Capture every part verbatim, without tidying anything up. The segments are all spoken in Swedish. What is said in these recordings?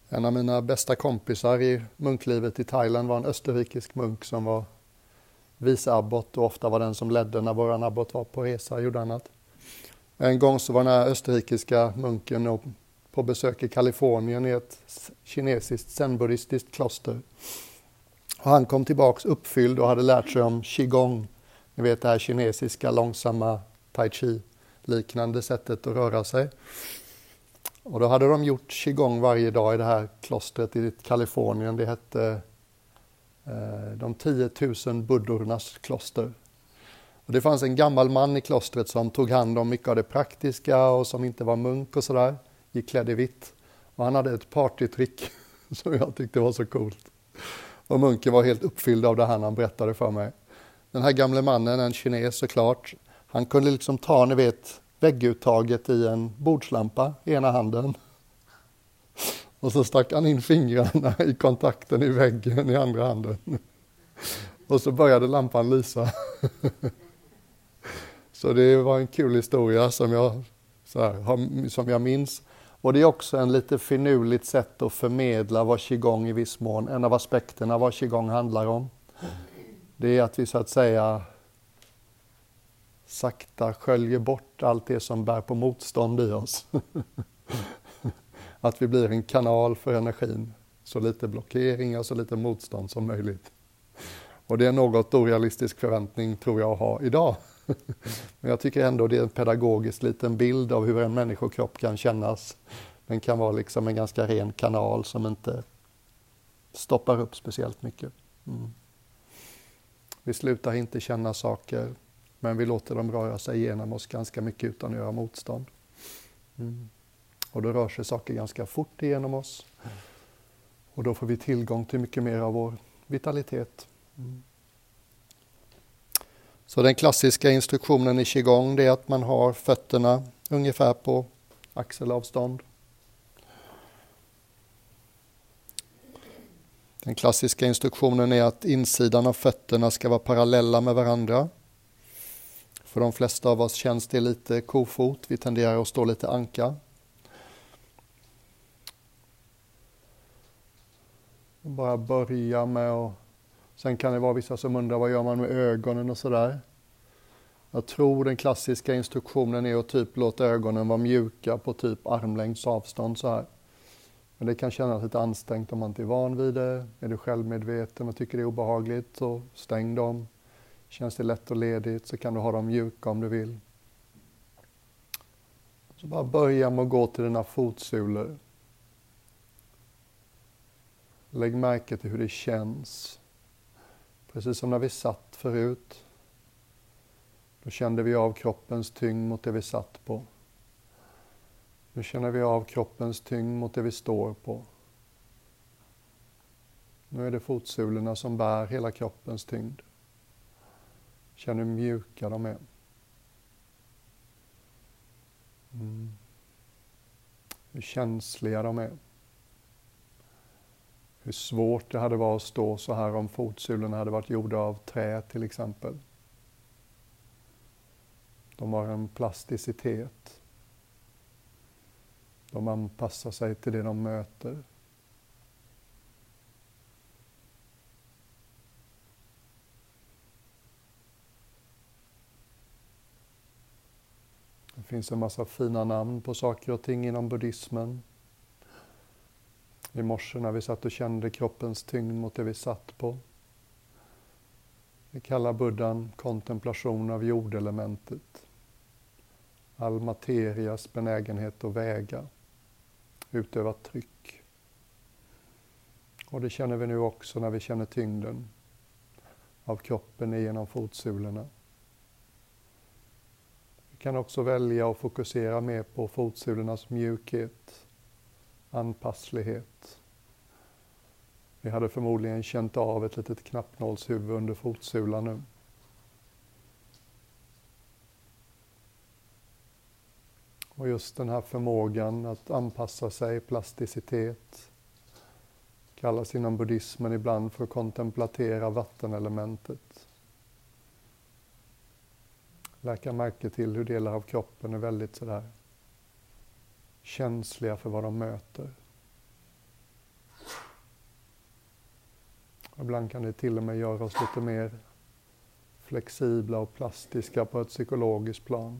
En av mina bästa kompisar i munklivet i Thailand var en österrikisk munk som var viceabbot och ofta var den som ledde när våran abbot var på resa och gjorde annat. En gång så var den här österrikiska munken på besök i Kalifornien i ett kinesiskt zen-buddhistiskt kloster. Och han kom tillbaks uppfylld och hade lärt sig om qigong. Ni vet det här kinesiska långsamma tai chi liknande sättet att röra sig. Och då hade de gjort qigong varje dag i det här klostret i Kalifornien. Det hette eh, de tiotusen buddornas kloster. Och det fanns en gammal man i klostret som tog hand om mycket av det praktiska och som inte var munk och sådär. Gick klädd i vitt. Och han hade ett partytrick som jag tyckte var så coolt. Och munken var helt uppfylld av det här han berättade för mig. Den här gamle mannen, en kines såklart, han kunde liksom ta, ni vet, vägguttaget i en bordslampa i ena handen. Och så stack han in fingrarna i kontakten i väggen i andra handen. Och så började lampan lysa. Så det var en kul historia som jag, så här, som jag minns. Och det är också en lite finurligt sätt att förmedla vad qigong i viss mån, en av aspekterna vad qigong handlar om. Det är att vi så att säga sakta sköljer bort allt det som bär på motstånd i oss. Att vi blir en kanal för energin. Så lite blockering och så lite motstånd som möjligt. Och det är en något orealistisk förväntning tror jag att ha idag. Men jag tycker ändå det är en pedagogisk liten bild av hur en människokropp kan kännas. Den kan vara liksom en ganska ren kanal som inte stoppar upp speciellt mycket. Mm. Vi slutar inte känna saker, men vi låter dem röra sig igenom oss ganska mycket utan att göra motstånd. Mm. Och då rör sig saker ganska fort igenom oss. Och då får vi tillgång till mycket mer av vår vitalitet. Mm. Så den klassiska instruktionen i qigong det är att man har fötterna ungefär på axelavstånd. Den klassiska instruktionen är att insidan av fötterna ska vara parallella med varandra. För de flesta av oss känns det lite kofot. Vi tenderar att stå lite anka. Bara börja med och sen kan det vara vissa som undrar vad gör man med ögonen och sådär. Jag tror den klassiska instruktionen är att typ låta ögonen vara mjuka på typ armlängds avstånd så här. Men det kan kännas lite ansträngt om man inte är van vid det. Är du självmedveten och tycker det är obehagligt så stäng dem. Känns det lätt och ledigt så kan du ha dem mjuka om du vill. Så bara börja med att gå till dina fotsulor. Lägg märke till hur det känns. Precis som när vi satt förut. Då kände vi av kroppens tyngd mot det vi satt på. Nu känner vi av kroppens tyngd mot det vi står på. Nu är det fotsulorna som bär hela kroppens tyngd. Känn hur mjuka de är. Mm. Hur känsliga de är. Hur svårt det hade varit att stå så här om fotsulorna hade varit gjorda av trä till exempel. De har en plasticitet. De anpassar sig till det de möter. Det finns en massa fina namn på saker och ting inom buddhismen. I morse när vi satt och kände kroppens tyngd mot det vi satt på. Vi kallar buddhan kontemplation av jordelementet. All materias benägenhet att väga, utöva tryck. Och det känner vi nu också när vi känner tyngden av kroppen genom fotsulorna. Vi kan också välja att fokusera mer på fotsulornas mjukhet, anpasslighet. Vi hade förmodligen känt av ett litet knappnålshuvud under fotsulan nu. Och just den här förmågan att anpassa sig, plasticitet, kallas inom buddhismen ibland för att kontemplatera vattenelementet. Lägga märke till hur delar av kroppen är väldigt sådär känsliga för vad de möter. Ibland kan det till och med göra oss lite mer flexibla och plastiska på ett psykologiskt plan.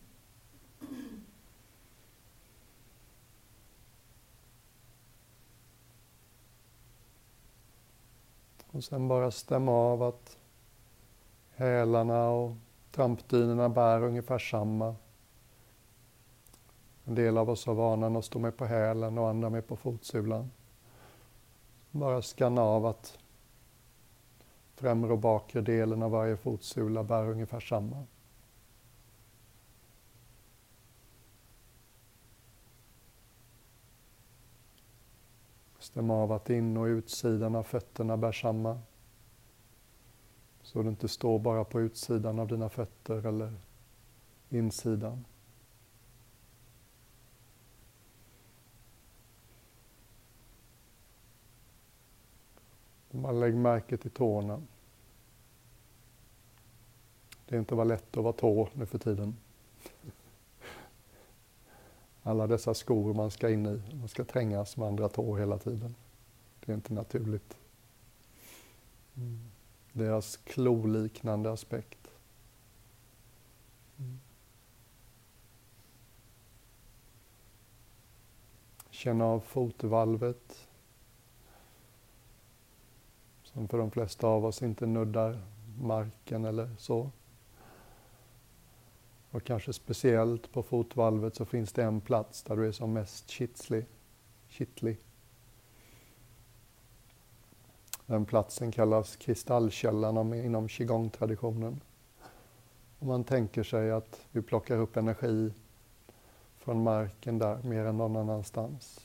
Och sen bara stämma av att hälarna och trampdynorna bär ungefär samma. En del av oss har vanan att stå med på hälen och andra med på fotsulan. Bara skanna av att främre och bakre delen av varje fotsula bär ungefär samma. Stäm av att in- och utsidan av fötterna bär samma. Så du inte står bara på utsidan av dina fötter eller insidan. Man lägger märke till tårna. Det är inte bara lätt att vara tå nu för tiden. Alla dessa skor man ska in i, man ska trängas med andra tår hela tiden. Det är inte naturligt. Mm. Deras kloliknande aspekt. Mm. Känn av fotvalvet. Som för de flesta av oss inte nuddar marken eller så. Och kanske speciellt på fotvalvet så finns det en plats där du är som mest kittlig. kittlig. Den platsen kallas kristallkällan inom qigong-traditionen. Och man tänker sig att vi plockar upp energi från marken där mer än någon annanstans.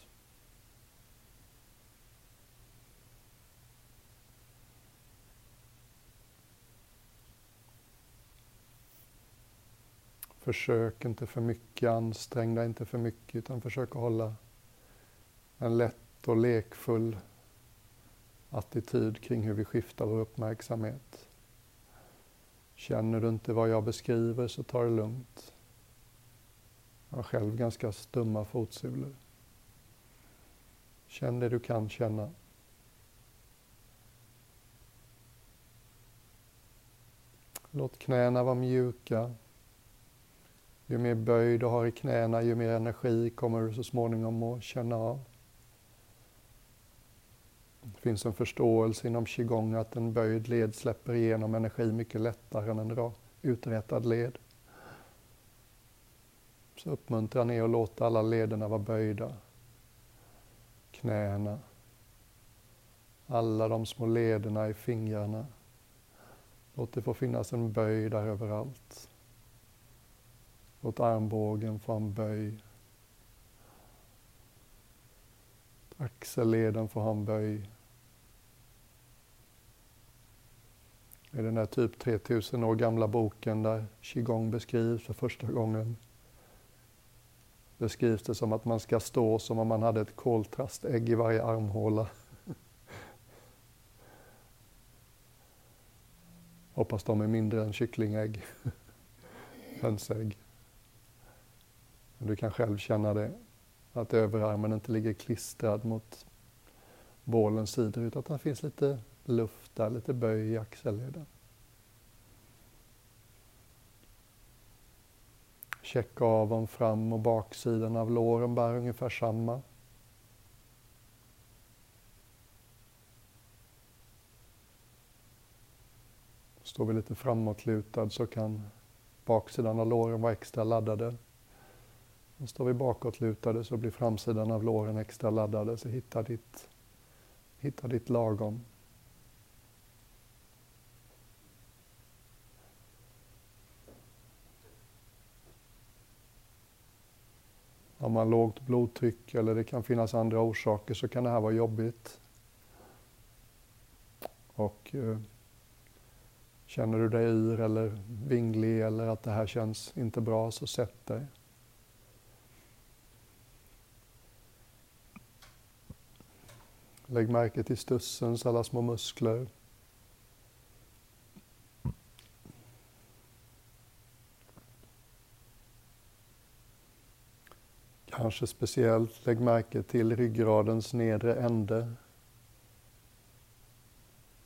Försök inte för mycket, ansträng dig inte för mycket, utan försök att hålla en lätt och lekfull attityd kring hur vi skiftar vår uppmärksamhet. Känner du inte vad jag beskriver så ta det lugnt. Jag har själv ganska stumma fotsulor. Känn det du kan känna. Låt knäna vara mjuka. Ju mer böj du har i knäna, ju mer energi kommer du så småningom att känna av. Det finns en förståelse inom qigong att en böjd led släpper igenom energi mycket lättare än en uträtad led. Så uppmuntrar ni att låta alla lederna vara böjda. Knäna. Alla de små lederna i fingrarna. Låt det få finnas en böj där överallt. Låt armbågen få en böj. Axelleden får ha en böj. I den här typ tre tusen år gamla boken där qigong beskrivs för första gången beskrivs det som att man ska stå som om man hade ett koltrastägg i varje armhåla. Hoppas de är mindre än kycklingägg, hönsägg. Du kan själv känna det, att överarmen inte ligger klistrad mot bålens sidor utan att det finns lite luft där, lite böj i axelleden. Checka av om fram- och baksidan av låren bär ungefär samma. Står vi lite framåtlutad så kan baksidan av låren vara extra laddade. Och står vi bakåtlutade så blir framsidan av låren extra laddade. Så hitta ditt, hitta ditt lagom. Har man lågt blodtryck eller det kan finnas andra orsaker så kan det här vara jobbigt. Och eh, känner du dig yr eller vinglig eller att det här känns inte bra så sätt dig. Lägg märke till stussens alla små muskler. Kanske speciellt lägg märke till ryggradens nedre ände.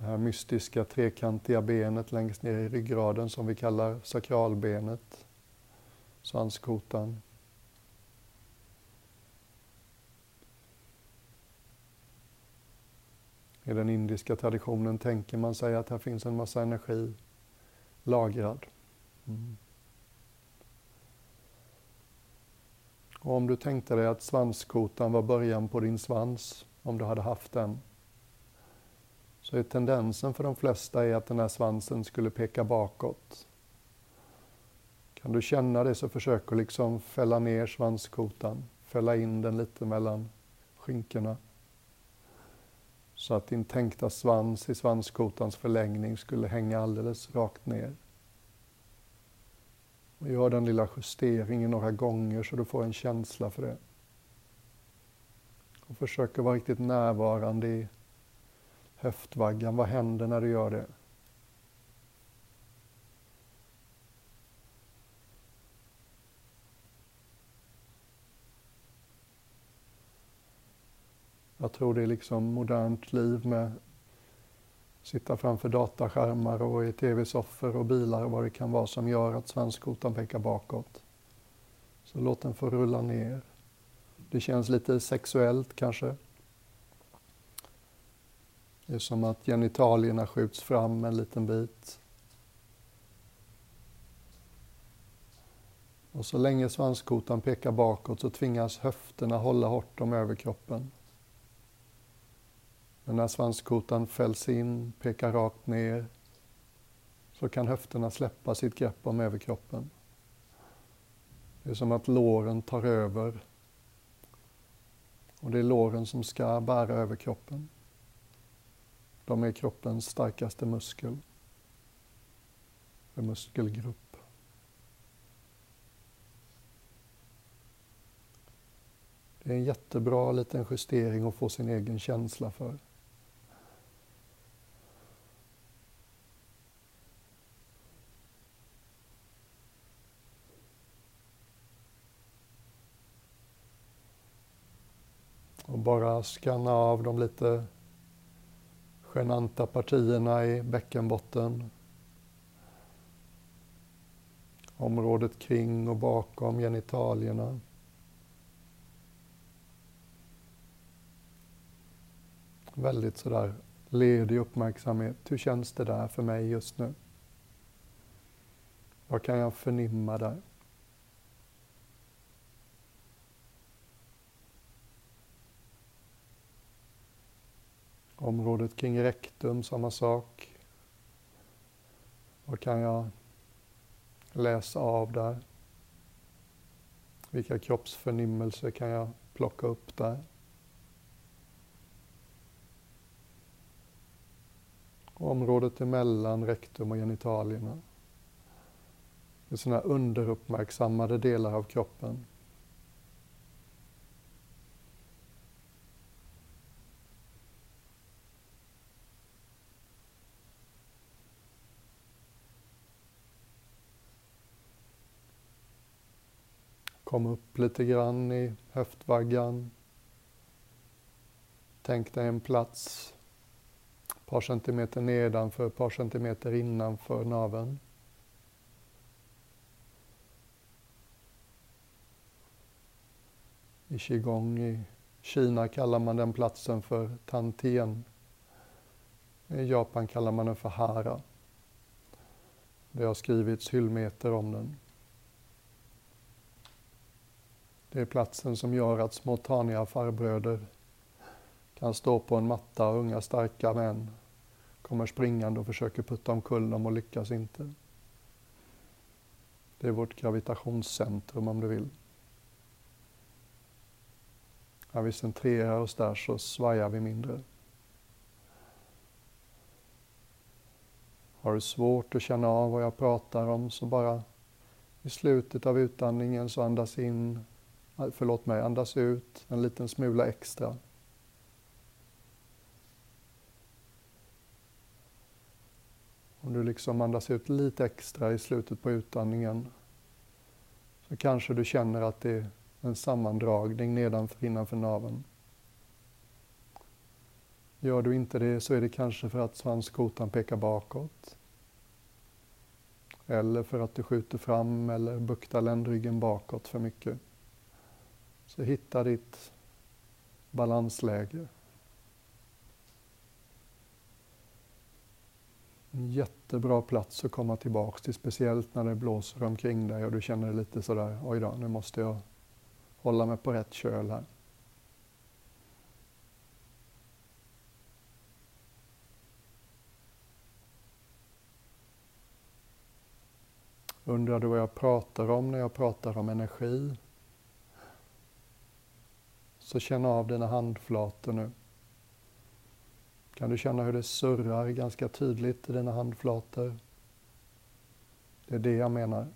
Det här mystiska trekantiga benet längst ner i ryggraden som vi kallar sakralbenet, svanskotan. I den indiska traditionen tänker man sig att här finns en massa energi lagrad. Mm. Och om du tänkte dig att svanskotan var början på din svans, om du hade haft den, så är tendensen för de flesta är att den här svansen skulle peka bakåt. Kan du känna det, så försök att liksom fälla ner svanskotan, fälla in den lite mellan skinkorna. Så att din tänkta svans i svanskotans förlängning skulle hänga alldeles rakt ner. Och gör den lilla justeringen några gånger så du får en känsla för det. Och försök att vara riktigt närvarande i höftvaggan. Vad händer när du gör det? Jag tror det är liksom modernt liv med sitta framför dataskärmar och i tv-soffor och bilar och vad det kan vara som gör att svanskotan pekar bakåt. Så låt den få rulla ner. Det känns lite sexuellt kanske. Det är som att genitalierna skjuts fram en liten bit. Och så länge svanskotan pekar bakåt så tvingas höfterna hålla hårt om överkroppen. Men när svanskotan fälls in, pekar rakt ner, så kan höfterna släppa sitt grepp om överkroppen. Det är som att låren tar över. Och det är låren som ska bära överkroppen. De är kroppens starkaste muskel. En muskelgrupp. Det är en jättebra liten justering att få sin egen känsla för. Och bara skanna av de lite genanta partierna i bäckenbotten. Området kring och bakom genitalierna. Väldigt sådär ledig uppmärksamhet. Hur känns det där för mig just nu? Vad kan jag förnimma där? Området kring rektum, samma sak. Vad kan jag läsa av där? Vilka kroppsförnimmelser kan jag plocka upp där? Och området emellan rektum och genitalierna. Det är sådana underuppmärksammade delar av kroppen. Kom upp lite grann i höftvaggan. Tänk dig en plats ett par centimeter nedanför, ett par centimeter innanför naveln. I qigong i Kina kallar man den platsen för tantien. I Japan kallar man den för hara. Det har skrivits hyllmeter om den. Det är platsen som gör att små taniga farbröder kan stå på en matta och unga starka män kommer springande och försöker putta omkull dem och lyckas inte. Det är vårt gravitationscentrum om du vill. När vi centrerar oss där så svajar vi mindre. Har du svårt att känna av vad jag pratar om så bara i slutet av utandningen så andas in, förlåt mig, andas ut en liten smula extra. Om du liksom andas ut lite extra i slutet på utandningen så kanske du känner att det är en sammandragning nedanför innanför naveln. Gör du inte det så är det kanske för att svanskotan pekar bakåt. Eller för att du skjuter fram eller buktar ländryggen bakåt för mycket. Så hitta ditt balansläge. En jättebra plats att komma tillbaka till, speciellt när det blåser omkring dig och du känner dig lite sådär, oj då, nu måste jag hålla mig på rätt köl här. Undrar du vad jag pratar om när jag pratar om energi? Så känn av dina handflator nu. Kan du känna hur det surrar ganska tydligt i dina handflator? Det är det jag menar.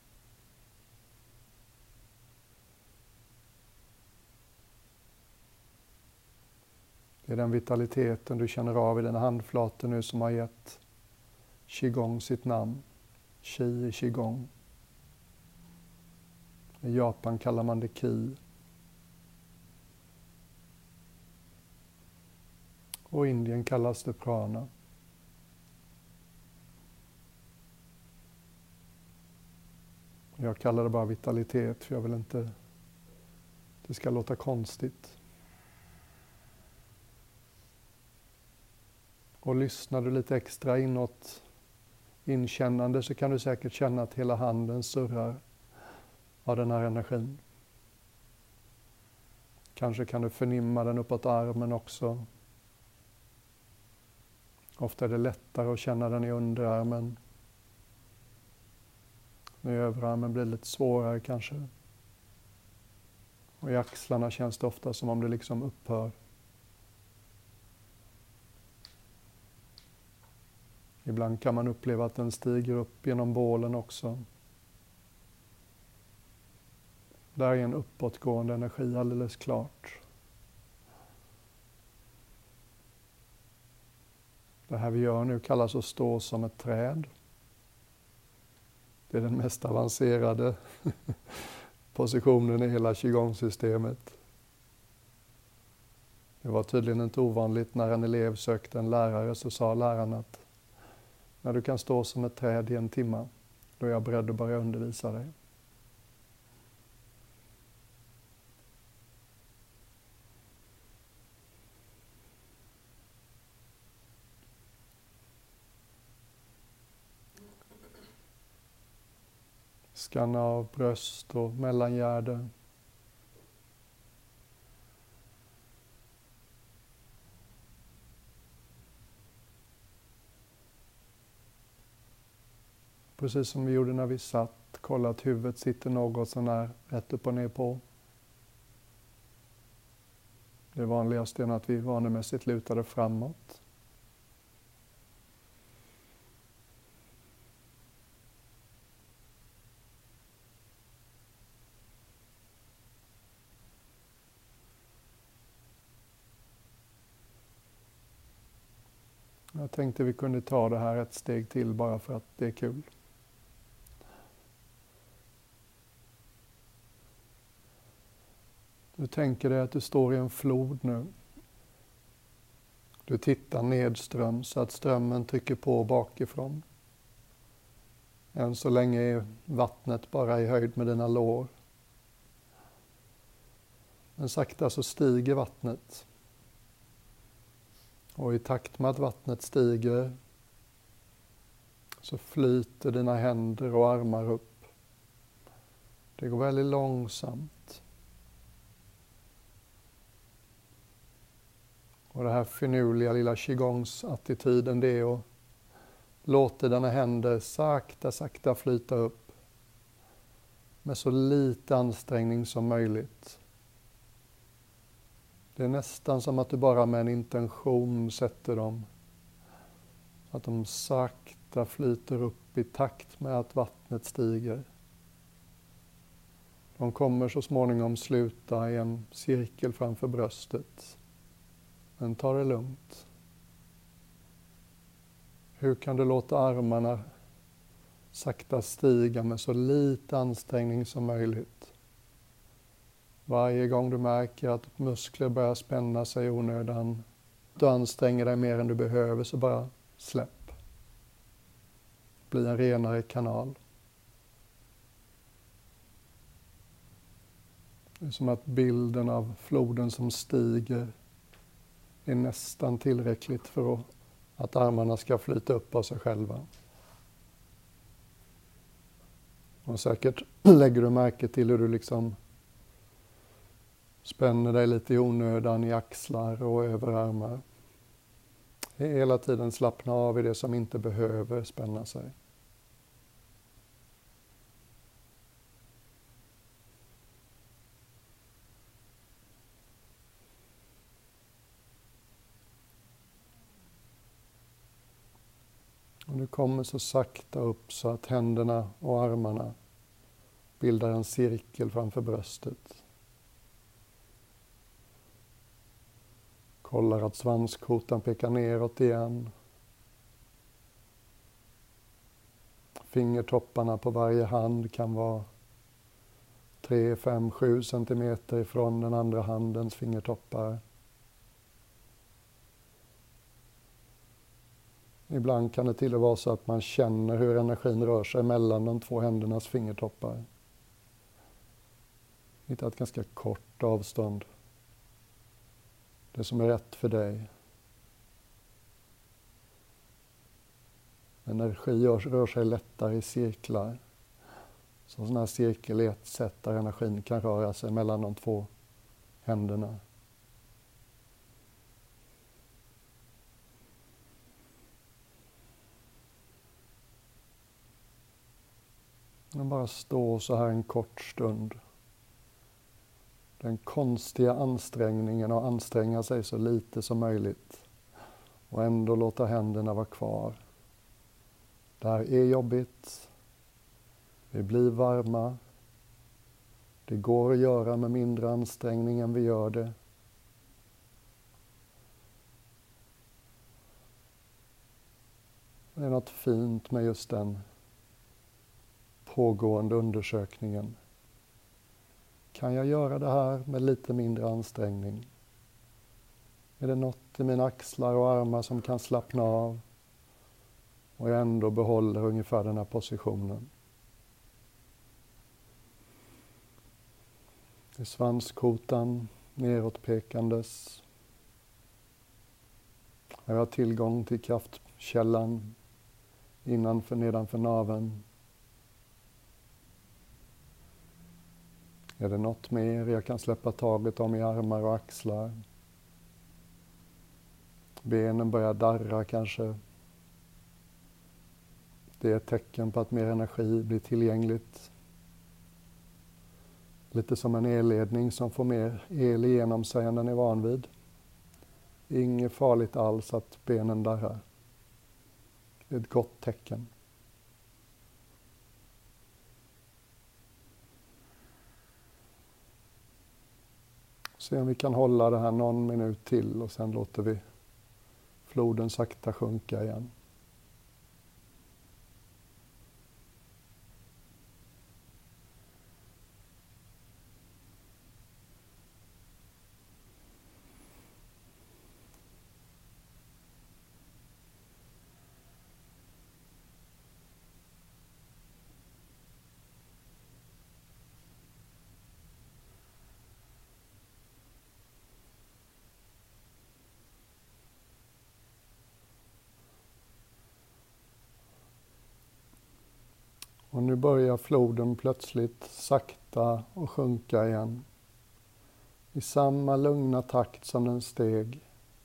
Det är den vitaliteten du känner av i dina handflator nu som har gett qigong sitt namn. Qi i qigong. I Japan kallar man det ki. Och i Indien kallas det prana. Jag kallar det bara vitalitet för jag vill inte det ska låta konstigt. Och lyssnar du lite extra inåt inkännande så kan du säkert känna att hela handen surrar av den här energin. Kanske kan du förnimma den uppåt armen också. Ofta är det lättare att känna den i underarmen. I överarmen blir det lite svårare kanske. Och i axlarna känns det ofta som om det liksom upphör. Ibland kan man uppleva att den stiger upp genom bålen också. Där är en uppåtgående energi alldeles klart. Det här vi gör nu kallas att stå som ett träd. Det är den mest avancerade positionen i hela qigong-systemet. Det var tydligen inte ovanligt när en elev sökte en lärare så sa läraren att när du kan stå som ett träd i en timme, då är jag beredd att börja undervisa dig. Skanna av bröst och mellangärde. Precis som vi gjorde när vi satt, kolla att huvudet sitter något sån här rätt upp och ner på. Det vanligaste är att vi vanemässigt lutade framåt. Jag tänkte vi kunde ta det här ett steg till bara för att det är kul. Du tänker dig att du står i en flod nu. Du tittar nedström så att strömmen trycker på bakifrån. Än så länge är vattnet bara i höjd med dina lår. Men sakta så stiger vattnet. Och i takt med att vattnet stiger så flyter dina händer och armar upp. Det går väldigt långsamt. Och det här finurliga lilla qigongs-attityden, det är att låta dina händer sakta, sakta flyta upp med så lite ansträngning som möjligt. Det är nästan som att du bara med en intention sätter dem. Att de sakta flyter upp i takt med att vattnet stiger. De kommer så småningom sluta i en cirkel framför bröstet. Men ta det lugnt. Hur kan du låta armarna sakta stiga med så lite ansträngning som möjligt? Varje gång du märker att muskler börjar spänna sig i onödan, du anstränger dig mer än du behöver så bara släpp. Bli en renare kanal. Det är som att bilden av floden som stiger är nästan tillräckligt för att, att armarna ska flyta upp av sig själva. Och säkert lägger du märke till hur du liksom spänner dig lite i onödan i axlar och överarmar. Hela tiden slappna av i det som inte behöver spänna sig. Och du kommer så sakta upp så att händerna och armarna bildar en cirkel framför bröstet. Kollar att svanskotan pekar neråt igen. Fingertopparna på varje hand kan vara tre, fem, sju centimeter ifrån den andra handens fingertoppar. Ibland kan det till och vara så att man känner hur energin rör sig mellan de två händernas fingertoppar. Hitta ett ganska kort avstånd. Det som är rätt för dig. Energi rör sig lättare i cirklar. Så en sån här cirkel är ett sätt där energin kan röra sig mellan de två händerna. Och bara stå så här en kort stund. Den konstiga ansträngningen att anstränga sig så lite som möjligt. Och ändå låta händerna vara kvar. Det här är jobbigt. Vi blir varma. Det går att göra med mindre ansträngning än vi gör det. Det är något fint med just den pågående undersökningen. Kan jag göra det här med lite mindre ansträngning? Är det något i mina axlar och armar som kan slappna av och jag ändå behåller ungefär den här positionen? I svanskotan neråtpekandes. Jag har tillgång till kraftkällan innanför, nedanför naveln. Är det något mer jag kan släppa taget om i armar och axlar? Benen börjar darra kanske. Det är ett tecken på att mer energi blir tillgängligt. Lite som en elledning som får mer el igenom sig än den är van vid. Inget farligt alls att benen darrar. Det är ett gott tecken. Se om vi kan hålla det här någon minut till och sen låter vi floden sakta sjunka igen. Och nu börjar floden plötsligt sakta och sjunka igen. I samma lugna takt som den steg.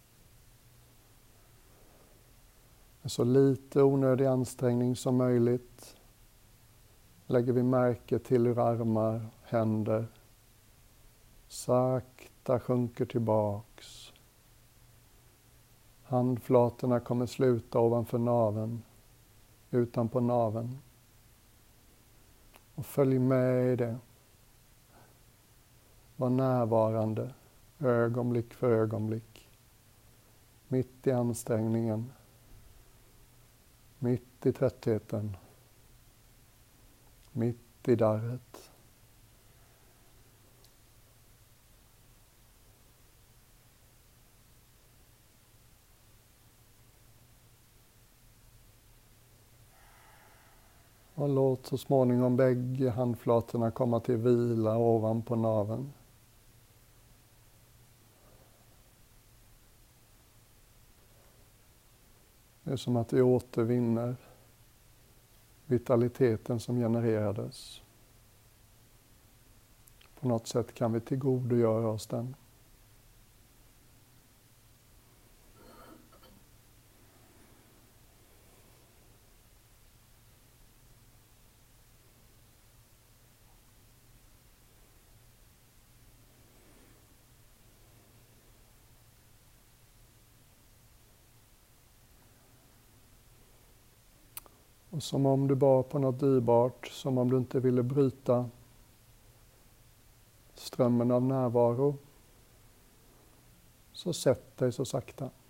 Med så lite onödig ansträngning som möjligt lägger vi märke till hur armar, händer sakta sjunker tillbaks. Handflatorna kommer sluta ovanför naveln, utanpå naveln. Och följ med i det. Var närvarande, ögonblick för ögonblick. Mitt i ansträngningen. Mitt i tröttheten. Mitt i darret. Och låt så småningom bägge handflatorna komma till vila ovanpå naveln. Det är som att vi återvinner vitaliteten som genererades. På något sätt kan vi tillgodogöra oss den. Och som om du bar på något dyrbart, som om du inte ville bryta strömmen av närvaro, så sätt dig så sakta.